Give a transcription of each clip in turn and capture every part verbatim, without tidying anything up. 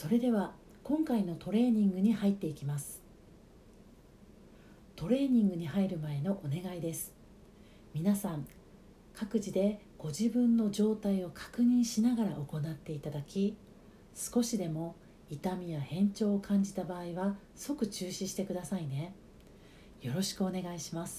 それでは今回のトレーニングに入っていきます。トレーニングに入る前のお願いです。皆さん、各自でご自分の状態を確認しながら行っていただき、少しでも痛みや変調を感じた場合は即中止してくださいね。よろしくお願いします。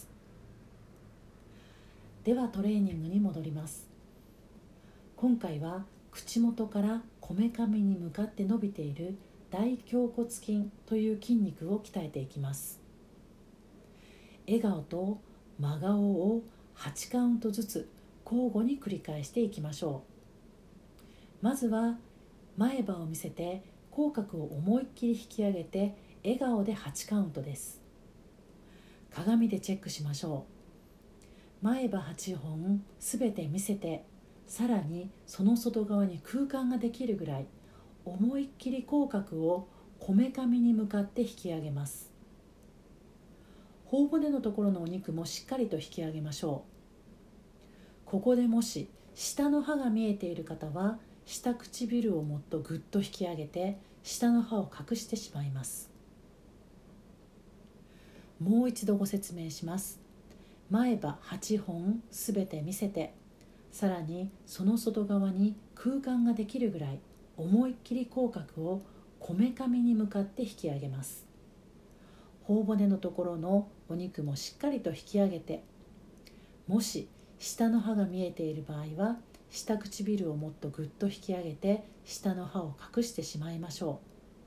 ではトレーニングに戻ります。今回は口元からこめかみに向かって伸びている大頬骨筋という筋肉を鍛えていきます。笑顔と真顔をはちカウントずつ交互に繰り返していきましょう。まずは前歯を見せて口角を思いっきり引き上げて笑顔ではちカウントです。鏡でチェックしましょう。前歯はちほんすべて見せて、さらにその外側に空間ができるぐらい思いっきり口角をこめかみに向かって引き上げます。頬骨のところのお肉もしっかりと引き上げましょう。ここでもし下の歯が見えている方は下唇をもっとぐっと引き上げて下の歯を隠してしまいます。もう一度ご説明します。前歯はちほんすべて見せて、さらにその外側に空間ができるぐらい思いっきり口角をこめかみに向かって引き上げます。頬骨のところのお肉もしっかりと引き上げて、もし下の歯が見えている場合は下唇をもっとぐっと引き上げて下の歯を隠してしまいましょう。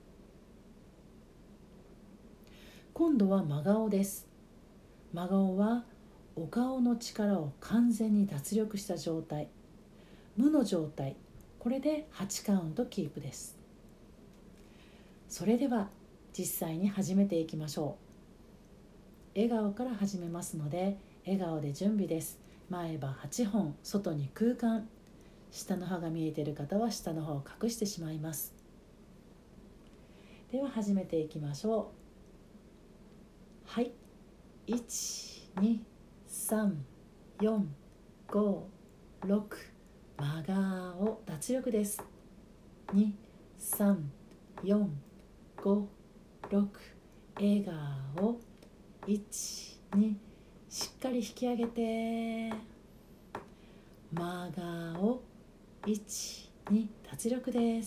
今度は真顔です。真顔はお顔の力を完全に脱力した状態、無の状態、これではちカウントキープです。それでは実際に始めていきましょう。笑顔から始めますので、笑顔で準備です。前歯はちほん、外に空間、下の歯が見えている方は下の歯を隠してしまいます。では始めていきましょう。はい、いち、に、さん、よん、ご、ろく、真顔、脱力です。に、さん、よん、ご、ろく、笑顔、いち、に、しっかり引き上げて、真顔、いち、に、脱力です。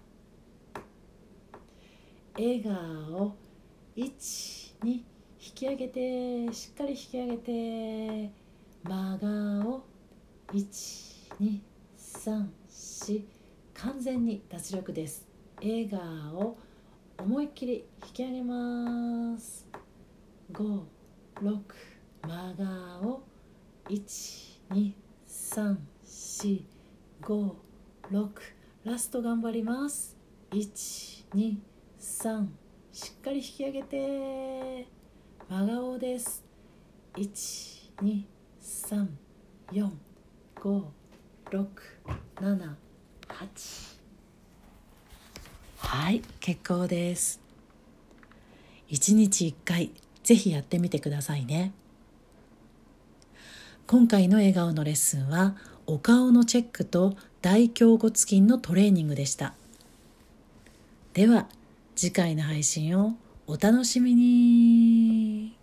笑顔、いち、に、引き上げて、しっかり引き上げて、真顔、いち、に、さん、し、完全に脱力です。笑顔、思いっきり引き上げます。ご、ろく、真顔、いち、に、さん、し、ご、ろく、ラスト頑張ります。いち、に、さん、しっかり引き上げて、真顔です。いち、に、さん、よん、ご、ろく、なな、はち。はい、結構です。いちにちいっかい、ぜひやってみてくださいね。今回の笑顔のレッスンは、お顔のチェックと大頬骨筋のトレーニングでした。では、次回の配信をお楽しみに。